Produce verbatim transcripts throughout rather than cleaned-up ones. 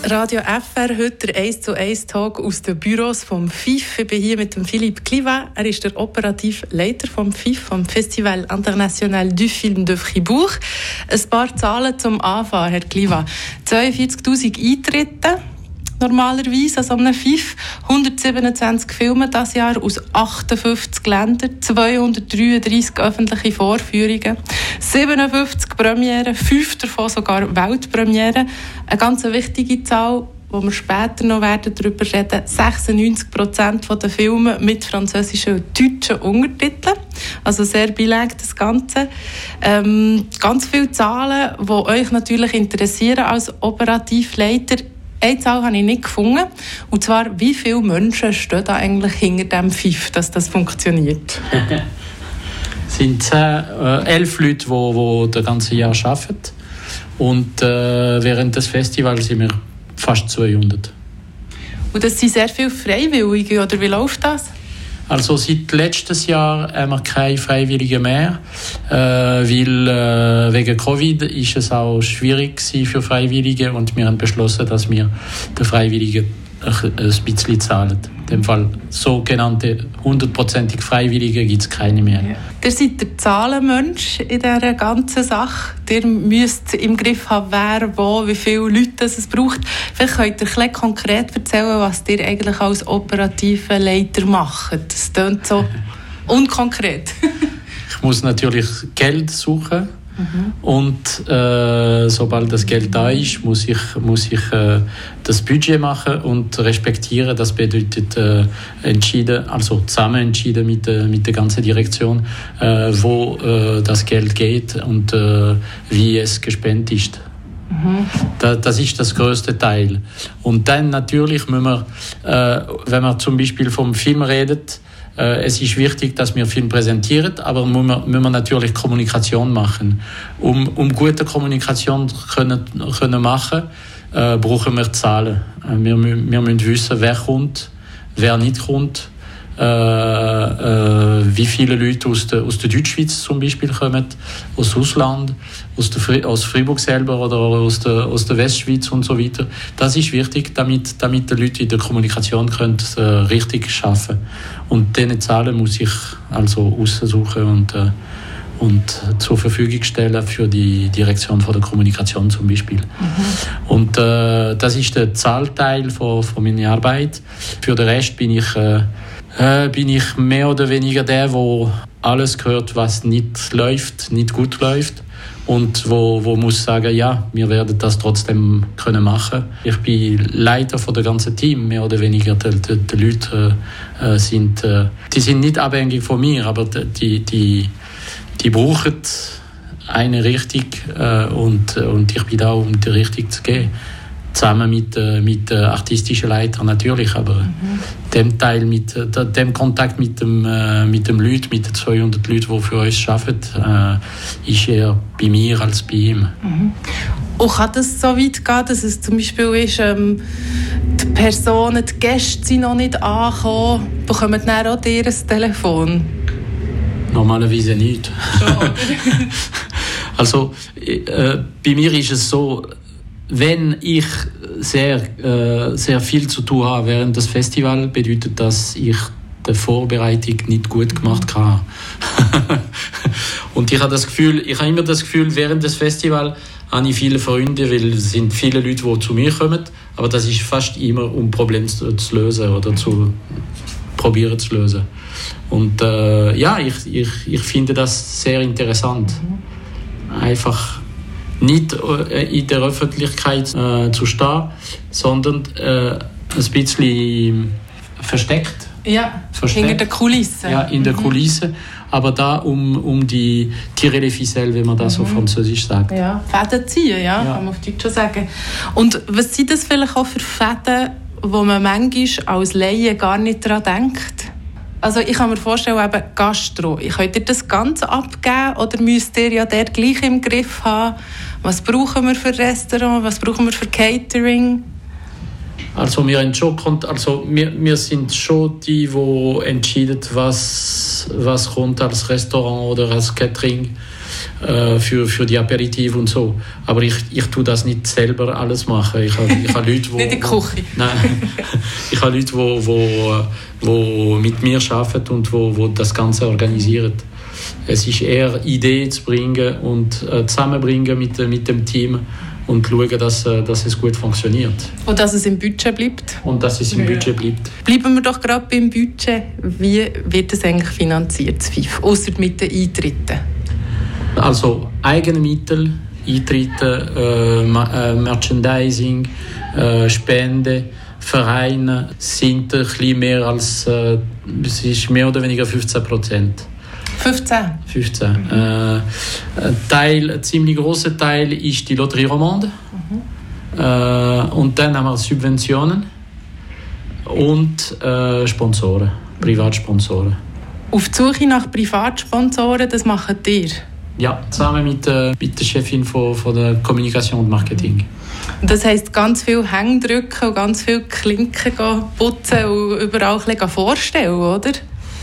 Radio F R, heute der eins zu eins Talk aus den Büros vom F I F. Ich bin hier mit dem Philippe Clivat. Er ist der operative Leiter vom F I F, vom Festival International du Film de Fribourg. Ein paar Zahlen zum Anfang, Herr Clivat. zweiundvierzigtausend Eintritte normalerweise an so einem F I F, hundertsiebenundzwanzig Filme dieses Jahr aus achtundfünfzig Ländern, zweihundertdreiunddreissig öffentliche Vorführungen, siebenundfünfzig Premieren, fünf davon sogar Weltpremieren. Eine ganz wichtige Zahl, wo wir später noch werden darüber reden, sechsundneunzig Prozent der Filme mit französischen und deutschen Untertiteln. Also sehr bilingue das Ganze. Ähm, ganz viele Zahlen, die euch natürlich interessieren als Operativleiter. Eine Zahl habe ich nicht gefunden. Und zwar, wie viele Menschen stehen da eigentlich hinter dem F I F, dass das funktioniert? Es sind zehn, äh, elf Leute, die, die das ganze Jahr arbeiten. Und äh, während des Festivals sind wir fast zweihundert. Und das sind sehr viele Freiwillige, oder wie läuft das? Also seit letztes Jahr haben wir keine Freiwilligen mehr, äh, weil äh, wegen Covid ist es auch schwierig für Freiwillige und wir haben beschlossen, dass wir den Freiwilligen ein bisschen zahlen. In dem Fall sogenannte hundertprozentig Freiwillige gibt es keine mehr. Ja. Ihr seid der Zahlenmensch in dieser ganzen Sache. Ihr müsst im Griff haben, wer, wo, wie viele Leute es braucht. Vielleicht könnt ihr ein bisschen konkret erzählen, was ihr eigentlich als operativer Leiter macht. Das klingt so unkonkret. Ich muss natürlich Geld suchen. Mhm. Und äh, sobald das Geld da ist, muss ich, muss ich äh, das Budget machen und respektieren. Das bedeutet äh, entschieden, also zusammen entschieden mit, äh, mit der ganzen Direktion, äh, wo äh, das Geld geht und äh, wie es gespendet ist. Mhm. Da, das ist das größte Teil. Und dann natürlich müssen wir, äh, wenn man zum Beispiel vom Film redet, es ist wichtig, dass wir Film präsentieren, aber müssen wir, müssen wir natürlich Kommunikation machen. Um, um gute Kommunikation können, können machen, äh, brauchen wir Zahlen. Wir, wir müssen wissen, wer kommt, wer nicht kommt, äh, äh, wie viele Leute aus der, aus der Deutschschweiz zum Beispiel kommen, aus Ausland, aus, der, aus Fribourg selber oder aus der, aus der Westschweiz und so weiter. Das ist wichtig, damit, damit die Leute in der Kommunikation können, äh, richtig arbeiten. Und diese Zahlen muss ich also aussuchen und, äh, und zur Verfügung stellen für die Direktion von der Kommunikation zum Beispiel. Mhm. Und äh, das ist der Zahlteil von, von meiner Arbeit. Für den Rest bin ich, äh, äh, bin ich mehr oder weniger der, der alles gehört, was nicht läuft, nicht gut läuft. Und wo, wo muss sagen, ja, wir werden das trotzdem können machen. Ich bin Leiter von der ganzen Team, mehr oder weniger. Die, die, die Leute äh, sind, äh, die sind nicht abhängig von mir, aber die, die, die brauchen eine Richtung äh, und, und ich bin da, um die Richtung zu gehen. Zusammen mit, äh, mit äh, artistischen Leitern natürlich, aber mhm. dem Teil, mit, äh, dem Kontakt mit dem, äh, mit dem Leuten, mit den zweihundert Leuten, die für uns arbeiten, äh, ist eher bei mir als bei ihm. Mhm. Und kann das so weit gehen, dass es zum Beispiel ist, ähm, die Personen, die Gäste sind noch nicht angekommen, bekommen dann auch ihr ein Telefon? Normalerweise nicht. Also äh, bei mir ist es so, wenn ich sehr, äh, sehr viel zu tun habe während des Festivals, bedeutet das, ich die Vorbereitung nicht gut gemacht habe. Und ich habe das Gefühl, ich habe immer das Gefühl, während des Festivals habe ich viele Freunde, weil es sind viele Leute, die zu mir kommen, aber das ist fast immer, um Probleme zu, zu lösen oder zu probieren zu lösen. Und äh, ja, ich, ich, ich finde das sehr interessant. Einfach nicht in der Öffentlichkeit äh, zu stehen, sondern äh, ein bisschen versteckt. Ja, versteckt. Hinter der Kulisse. Ja, in der mhm. Kulisse. Aber da um, um die tirer les ficelles, wie man das mhm. so französisch sagt. Ja, Fäden ziehen, ja, ja, kann man auf Deutsch schon sagen. Und was sind das vielleicht auch für Fäden, wo man manchmal als Laie gar nicht daran denkt? Also ich kann mir vorstellen, eben Gastro. Könnt ihr das Ganze abgeben oder müsst ihr ja der gleich im Griff haben? Was brauchen wir für Restaurant? Was brauchen wir für Catering? Also wir, haben schon, also wir, wir sind schon die, die entscheiden, was, was kommt als Restaurant oder als Catering. äh, für, für die Aperitif und so. Aber ich, ich tue das nicht selber alles machen. Ich habe ich hab Leute, wo, nicht in der Küche. Nein, ich habe Leute, wo, wo, wo mit mir arbeiten und wo, wo das Ganze organisieren. Es ist eher Ideen zu bringen und äh, zusammenbringen mit, mit dem Team und schauen, dass, äh, dass es gut funktioniert. Und dass es im Budget bleibt. Und dass es im Budget bleibt. Bleiben wir doch gerade beim Budget. Wie wird es eigentlich finanziert, das F I F, ausser mit den Eintritten? Also eigene Mittel, Eintritte, äh, äh, Merchandising, äh, Spenden, Vereine sind ein bisschen mehr als, äh, es ist mehr oder weniger fünfzehn Prozent. fünfzehn? fünfzehn. Mhm. Äh, ein, Teil, ein ziemlich grosser Teil ist die Loterie Romande. Mhm. Äh, und dann haben wir Subventionen und äh, Sponsoren, Privatsponsoren. Auf die Suche nach Privatsponsoren, das macht ihr? Ja, zusammen mit, äh, mit der Chefin von, von der Kommunikation und Marketing. Das heisst, ganz viel Hänge drücken und ganz viel Klinken putzen und überall vorstellen, oder?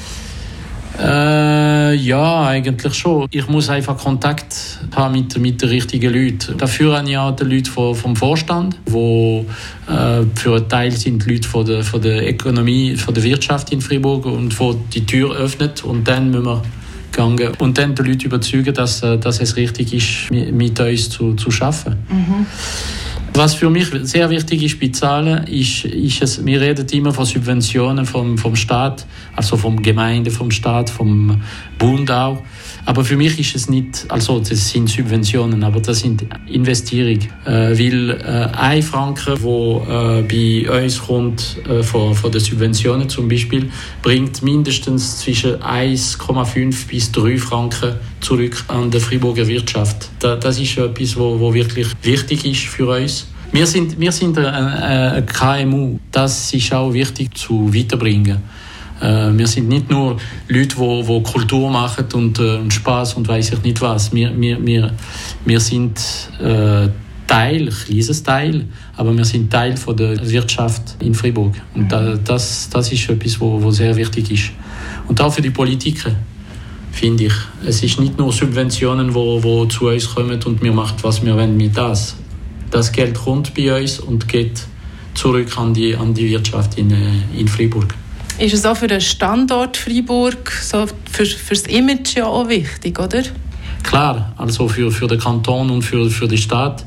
Äh, ja, eigentlich schon. Ich muss einfach Kontakt haben mit, mit den richtigen Leuten. Dafür habe ich auch die Leute vom, vom Vorstand, wo äh, für einen Teil sind die Leute von der, von der Ökonomie, von der Wirtschaft in Freiburg und wo die Tür öffnet und dann müssen wir gehen und dann die Leute überzeugen, dass, dass es richtig ist, mit uns zu, zu arbeiten. Mhm. Was für mich sehr wichtig ist bei Zahlen, ist, ist es, wir reden immer von Subventionen vom, vom Staat, also vom Gemeinde, vom Staat, vom Bund auch. Aber für mich ist es nicht, also das sind Subventionen, aber das sind Investierungen. Äh, weil äh, ein Franken, der äh, bei uns kommt, äh, von, von den Subventionen zum Beispiel, bringt mindestens zwischen eins Komma fünf bis drei Franken zurück an die Freiburger Wirtschaft. Da, das ist etwas, wo, wo wirklich wichtig ist für uns. Wir sind, wir sind ein, ein K M U. Das ist auch wichtig zu weiterbringen. Äh, wir sind nicht nur Leute, die, die Kultur machen und, äh, und Spaß und weiss ich nicht was. Wir, wir, wir, wir sind äh, Teil, ein kleines Teil, aber wir sind Teil von der Wirtschaft in Freiburg. Und da, das, das ist etwas, wo, wo sehr wichtig ist. Und auch für die Politiker, finde ich. Es ist nicht nur Subventionen, die wo, wo zu uns kommen und wir machen, was wir wollen mit das. Das Geld kommt bei uns und geht zurück an die, an die Wirtschaft in, in Freiburg. Ist es auch für den Standort Freiburg, so für, für das Image ja auch wichtig, oder? Klar, also für, für den Kanton und für, für die Stadt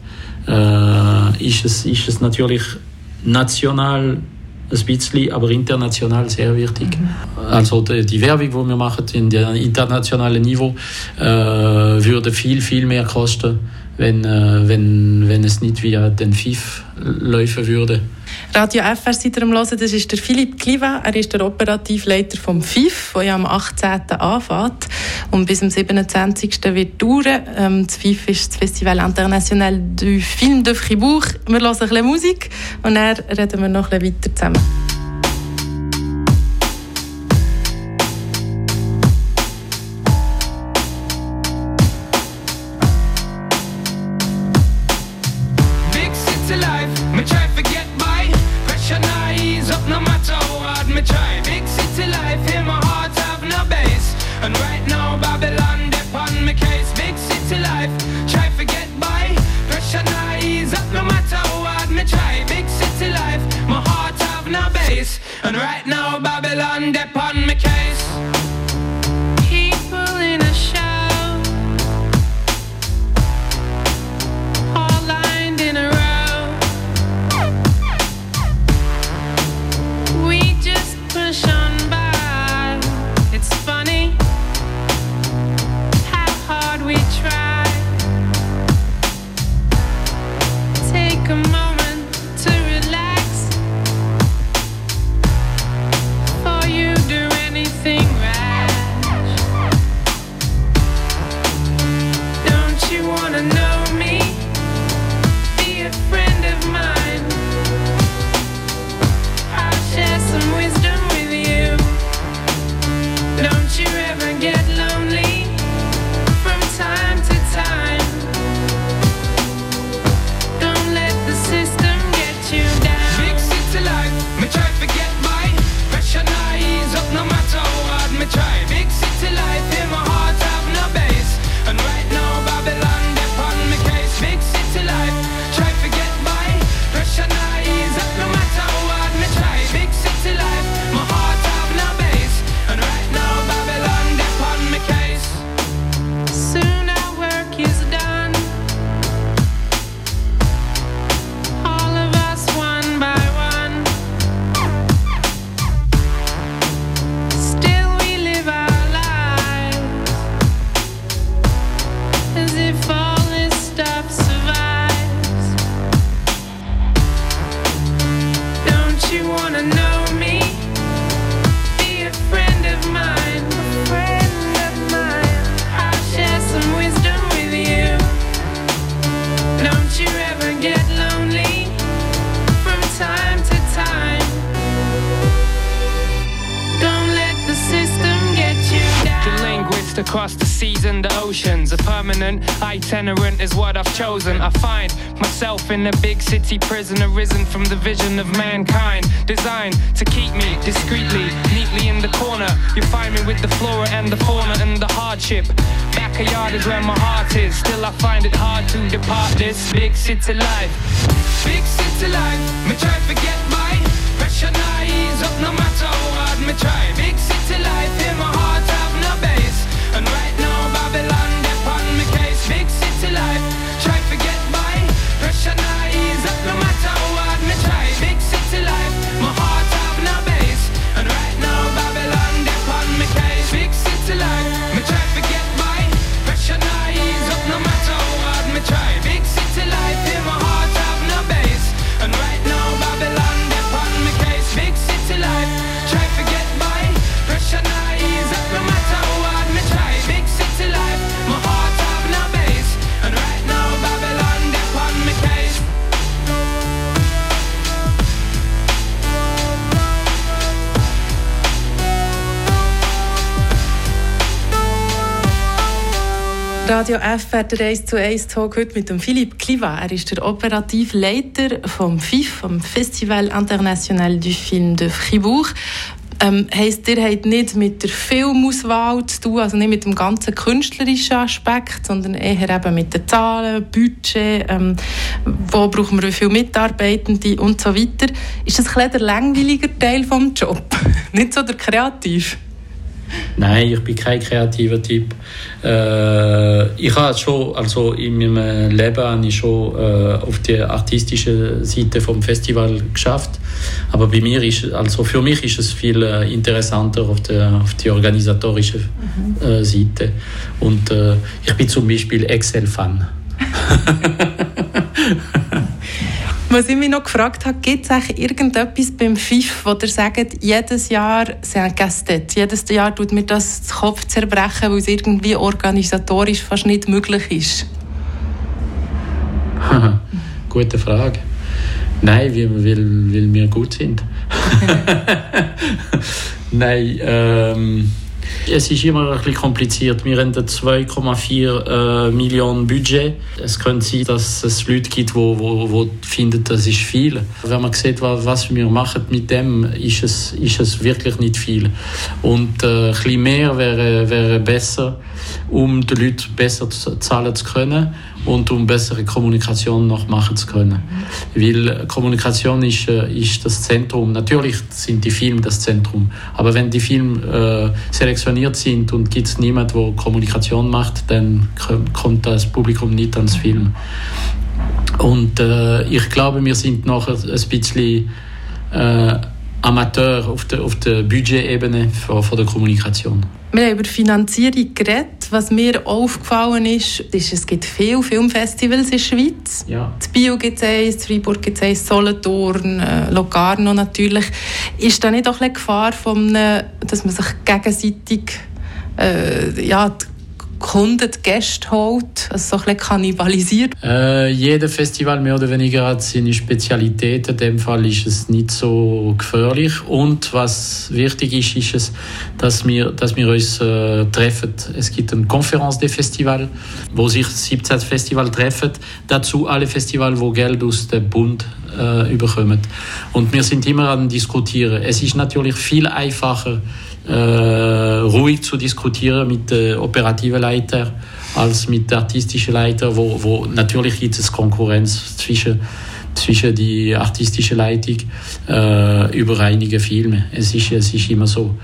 äh, ist, es, ist es natürlich national ein bisschen, aber international sehr wichtig. Mhm. Also die, die Werbung, die wir machen in dem internationalen Niveau, äh, würde viel, viel mehr kosten, wenn, äh, wenn, wenn es nicht via den F I F laufen würde. Radio F R seid ihr am Hören, das ist der Philippe Cliva. Er ist der Operativleiter vom F I F, der ja am achtzehnten anfängt und bis am siebenundzwanzigsten wird dauern. Ähm, das F I F ist das Festival International du Film de Fribourg. Wir hören ein bisschen Musik und dann reden wir noch ein bisschen weiter zusammen. And right now Babylon dep on my case. People in a show, all lined in a row. We just push on by. It's funny how hard we try. Take a moment to relax. You do anything across the seas and the oceans. A permanent itinerant is what I've chosen. I find myself in a big city prison, arisen from the vision of mankind, designed to keep me discreetly, neatly in the corner. You find me with the flora and the fauna and the hardship. Backyard is where my heart is. Still I find it hard to depart this big city life. Big city life, me try to forget my pressure now ease up no matter how hard me try. Big city life, in my heart have no base. And right now Babylon, they on me case. Big city life, try to forget my pressure now ease up no matter how hard me try. Big city life, my heart have no base. And right now Babylon, they on me case. Big city life, me try to forget my pressure now ease up no matter how hard me try. Big city life, in my heart have no base. And right now Babylon, they on me case. Big city life, try to forget my pressure now ease up no matter how hard me try. Big city life, my heart have no base. And right now Babylon, they on me case. Radio F R, der eins zu eins Talk heute mit dem Philippe Cliva. Er ist der operative Leiter vom F I F, vom Festival International du Film de Fribourg. Ähm, heisst, ihr habt nicht mit der Filmauswahl zu tun, also nicht mit dem ganzen künstlerischen Aspekt, sondern eher eben mit den Zahlen, Budget, ähm, wo brauchen wir wie viele Mitarbeitende und so weiter. Ist das ein bisschen der langweilige Teil des Jobs? Nicht so der kreativ? Nein, ich bin kein kreativer Typ. Äh, ich habe schon, also in meinem Leben habe ich schon äh, auf der artistischen Seite vom Festival geschafft. Aber bei mir ist, also für mich ist es viel äh, interessanter auf der auf die organisatorische mhm. äh, Seite. Und äh, ich bin zum Beispiel Excel-Fan. Was ich mich noch gefragt habe, gibt es eigentlich irgendetwas beim F I F, wo ihr sagt, jedes Jahr c'est un casse-tête, jedes Jahr tut mir das den Kopf zerbrechen, weil es irgendwie organisatorisch fast nicht möglich ist? Gute Frage. Nein, weil, weil, weil wir gut sind. Nein, ähm, es ist immer ein bisschen kompliziert. Wir haben ein zwei Komma vier äh, Millionen Budget. Es könnte sein, dass es Leute gibt, die wo, wo, wo finden, das ist viel. Wenn man sieht, was wir machen mit dem, ist es, ist es wirklich nicht viel. Und äh, ein bisschen mehr wäre, wäre besser, um den Leuten besser zahlen zu können und um bessere Kommunikation noch machen zu können. Weil Kommunikation ist, ist das Zentrum. Natürlich sind die Filme das Zentrum, aber wenn die Filme äh, selektioniert sind und gibt es niemanden, der Kommunikation macht, dann kommt das Publikum nicht ans Film. Und äh, ich glaube, wir sind noch ein bisschen äh, Amateur auf der, auf der Budgetebene von, von der Kommunikation. Wir haben über Finanzierung geredet. Was mir aufgefallen ist, ist, es gibt viele Filmfestivals in der Schweiz. Ja. In Biel gibt es eins, in Freiburg gibt es eins, Solothurn, äh, Locarno natürlich. Ist da nicht auch eine Gefahr, von einem, dass man sich gegenseitig äh, ja, die Kunden, die Gäste holt, also so ein bisschen kannibalisiert? Äh, jedes Festival mehr oder weniger hat seine Spezialität. In dem Fall ist es nicht so gefährlich. Und was wichtig ist, ist es, dass wir, dass wir uns äh, treffen. Es gibt eine Konferenz des Festivals, wo sich siebzehn Festivals treffen. Dazu alle Festivals, die Geld aus dem Bund äh, bekommen. Und wir sind immer am Diskutieren. Es ist natürlich viel einfacher, Äh, ruhig zu diskutieren mit den operativen Leitern als mit den artistischen Leitern, wo, wo natürlich gibt es Konkurrenz zwischen zwischen die artistische Leitung äh, über einige Filme. Es ist es ist immer so.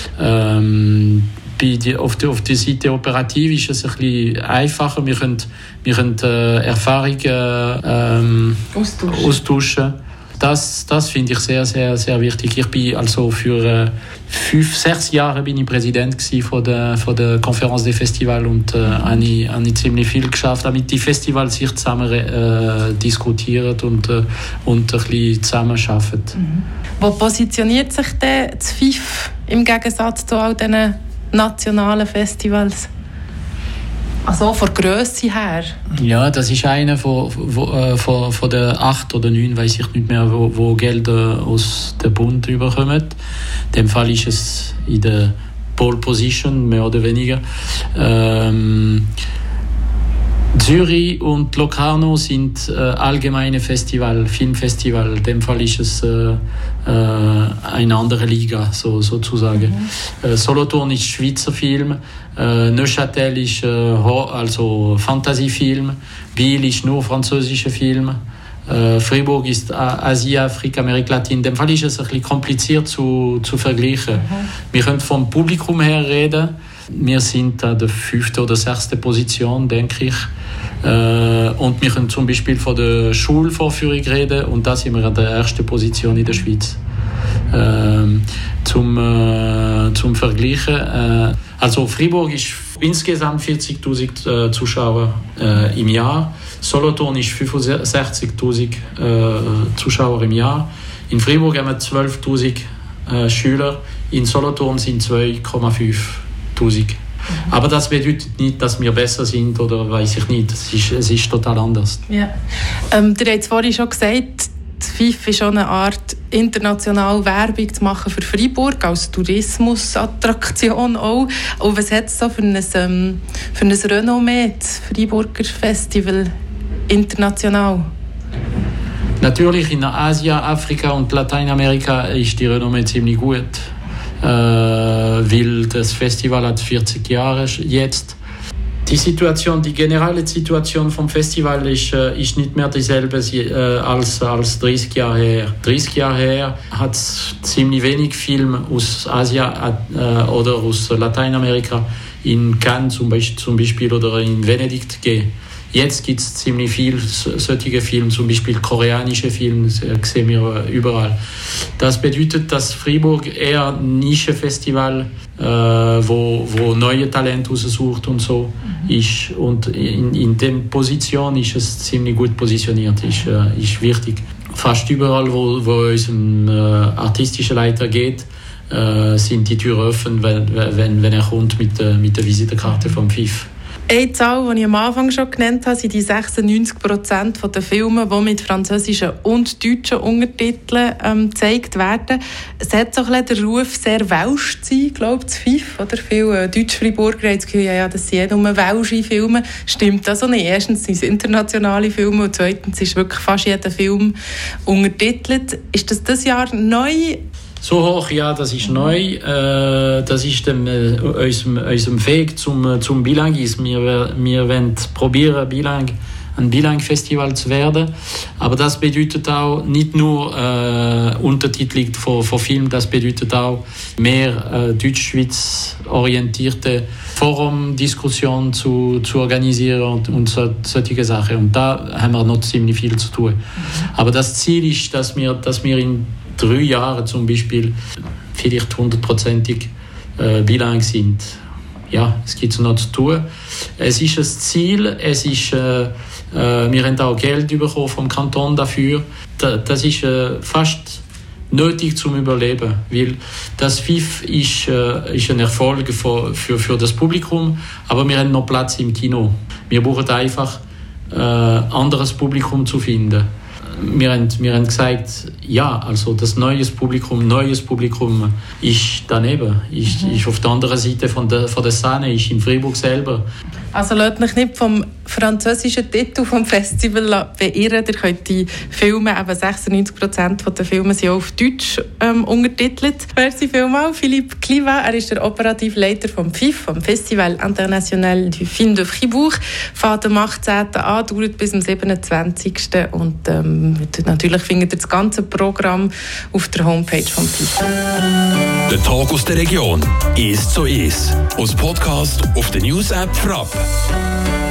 Ähm, bei die, auf der auf der Seite operativ ist es ein bisschen einfacher. Wir können wir können äh, Erfahrungen ähm, austauschen. austauschen. Das, das finde ich sehr, sehr, sehr wichtig. Ich bin also für äh, fünf, sechs Jahre bin ich Präsident von der, von der Konferenz des Festivals und äh, habe ich, habe ich ziemlich viel geschafft, damit die Festivals sich zusammen äh, diskutieren und, äh, und ein bisschen zusammen arbeiten. Mhm. Wo positioniert sich denn das F I F im Gegensatz zu all diesen nationalen Festivals? Also von der Grösse her? Ja, das ist einer von, von, von, von den acht oder neun, weiß ich nicht mehr, wo, wo Gelder aus dem Bund überkommen. In dem Fall ist es in der Pole Position, mehr oder weniger. Ähm, Zürich und Locarno sind äh, allgemeine Festival, Filmfestival. In dem Fall ist es äh, äh, eine andere Liga, so, sozusagen. Mhm. Äh, Solothurn ist Schweizer Film, äh, Neuchâtel ist äh, also Fantasiefilm, Biel ist nur französischer Film, äh, Fribourg ist Asie, Afrika, Amerika Latin. In dem Fall ist es ein bisschen kompliziert zu, zu vergleichen. Mhm. Wir können vom Publikum her reden. Wir sind an der fünften oder sechsten Position, denke ich. Äh, und wir können zum Beispiel von der Schulvorführung reden und da sind wir an der ersten Position in der Schweiz. Äh, zum, äh, zum Vergleichen. Äh, also Fribourg ist insgesamt vierzigtausend äh, Zuschauer äh, im Jahr. Solothurn ist fünfundsechzigtausend äh, Zuschauer im Jahr. In Fribourg haben wir zwölftausend äh, Schüler. In Solothurn sind zwei Komma fünf. Mhm. Aber das bedeutet nicht, dass wir besser sind oder weiß ich nicht. Es ist, es ist total anders. Ja. Ähm, ihr habt es vorhin schon gesagt, die F I F ist schon eine Art international Werbung zu machen für Freiburg, als Tourismusattraktion auch. Und was hat es so für ein, ähm, für ein Renommee, das Freiburger Festival international? Natürlich in Asien, Afrika und Lateinamerika ist die Renommee ziemlich gut. Äh, weil das Festival hat vierzig Jahre jetzt. Die Situation, die generelle Situation vom Festival ist, äh, ist nicht mehr dieselbe äh, als, als dreißig Jahre her. dreißig Jahre her hat es ziemlich wenig Filme aus Asien äh, oder aus Lateinamerika in Cannes zum Beispiel, zum Beispiel oder in Venedig gegeben. Jetzt gibt es ziemlich viele solche Filme, zum Beispiel koreanische Filme, das sehen wir überall. Das bedeutet, dass Freiburg eher ein Nischenfestival, äh, wo, wo neue Talente raussucht und so mhm. ist. Und in, in der Position ist es ziemlich gut positioniert, ist, äh, ist wichtig. Fast überall, wo, wo unser äh, artistischer Leiter geht, äh, sind die Türen offen, wenn, wenn, wenn er kommt mit, äh, mit der Visitenkarte vom F I F. Eine Zahl, die ich am Anfang schon genannt habe, sind die sechsundneunzig Prozent der Filme, die mit französischen und deutschen Untertiteln ähm, gezeigt werden. Es hat so ein bisschen den Ruf, sehr welsch zu sein, glaube ich, das F I F. Oder? Viele Deutsch-Freiburger haben das Gefühl, ja, ja, das sind ja nur welsche Filme. Stimmt also nicht. Erstens sind es internationale Filme und zweitens ist wirklich fast jeder Film untertitelt. Ist das dieses Jahr neu? So hoch, ja, das ist neu. Äh, das ist dem, äh, unserem, unserem Weg zum, zum Bilinguismus. Wir, wir wollen probieren, Bilang, ein Bilang-Festival zu werden. Aber das bedeutet auch nicht nur äh, Untertitel von, von Filmen, das bedeutet auch mehr äh, Deutschschweiz orientierte Forum-Diskussionen zu, zu organisieren und, und so, solche Sachen. Und da haben wir noch ziemlich viel zu tun. Aber das Ziel ist, dass wir, dass wir in drei Jahren zum Beispiel vielleicht hundertprozentig äh, bilang sind. Ja, es gibt noch zu tun. Es ist ein Ziel, es ist, äh, äh, wir haben auch Geld bekommen vom Kanton dafür. Da, das ist äh, fast nötig zum Überleben, weil das F I F ist, äh, ist ein Erfolg für, für, für das Publikum, aber wir haben noch Platz im Kino. Wir brauchen einfach äh, anderes Publikum zu finden. Wir haben, wir haben gesagt, ja, also das neues Publikum, neues Publikum ist daneben, ist, mhm. ist auf der anderen Seite von der, von der Szene, ist in Freiburg selber. Also lasst mich nicht vom französischen Titel vom Festival beirren. Ihr könnt die Filme, eben sechsundneunzig Prozent der Filme sind auch auf Deutsch ähm, untertitelt. Merci vielmals, Philippe Cliva. Er ist der operative Leiter vom F I F, vom Festival International du Film de Fribourg. Fährt am achtzehnten an, dauert bis zum siebenundzwanzigsten Und ähm, natürlich findet ihr das ganze Programm auf der Homepage vom F I F. Der Tag aus der Region. eins zu eins. Als Podcast auf der News-App Frapp.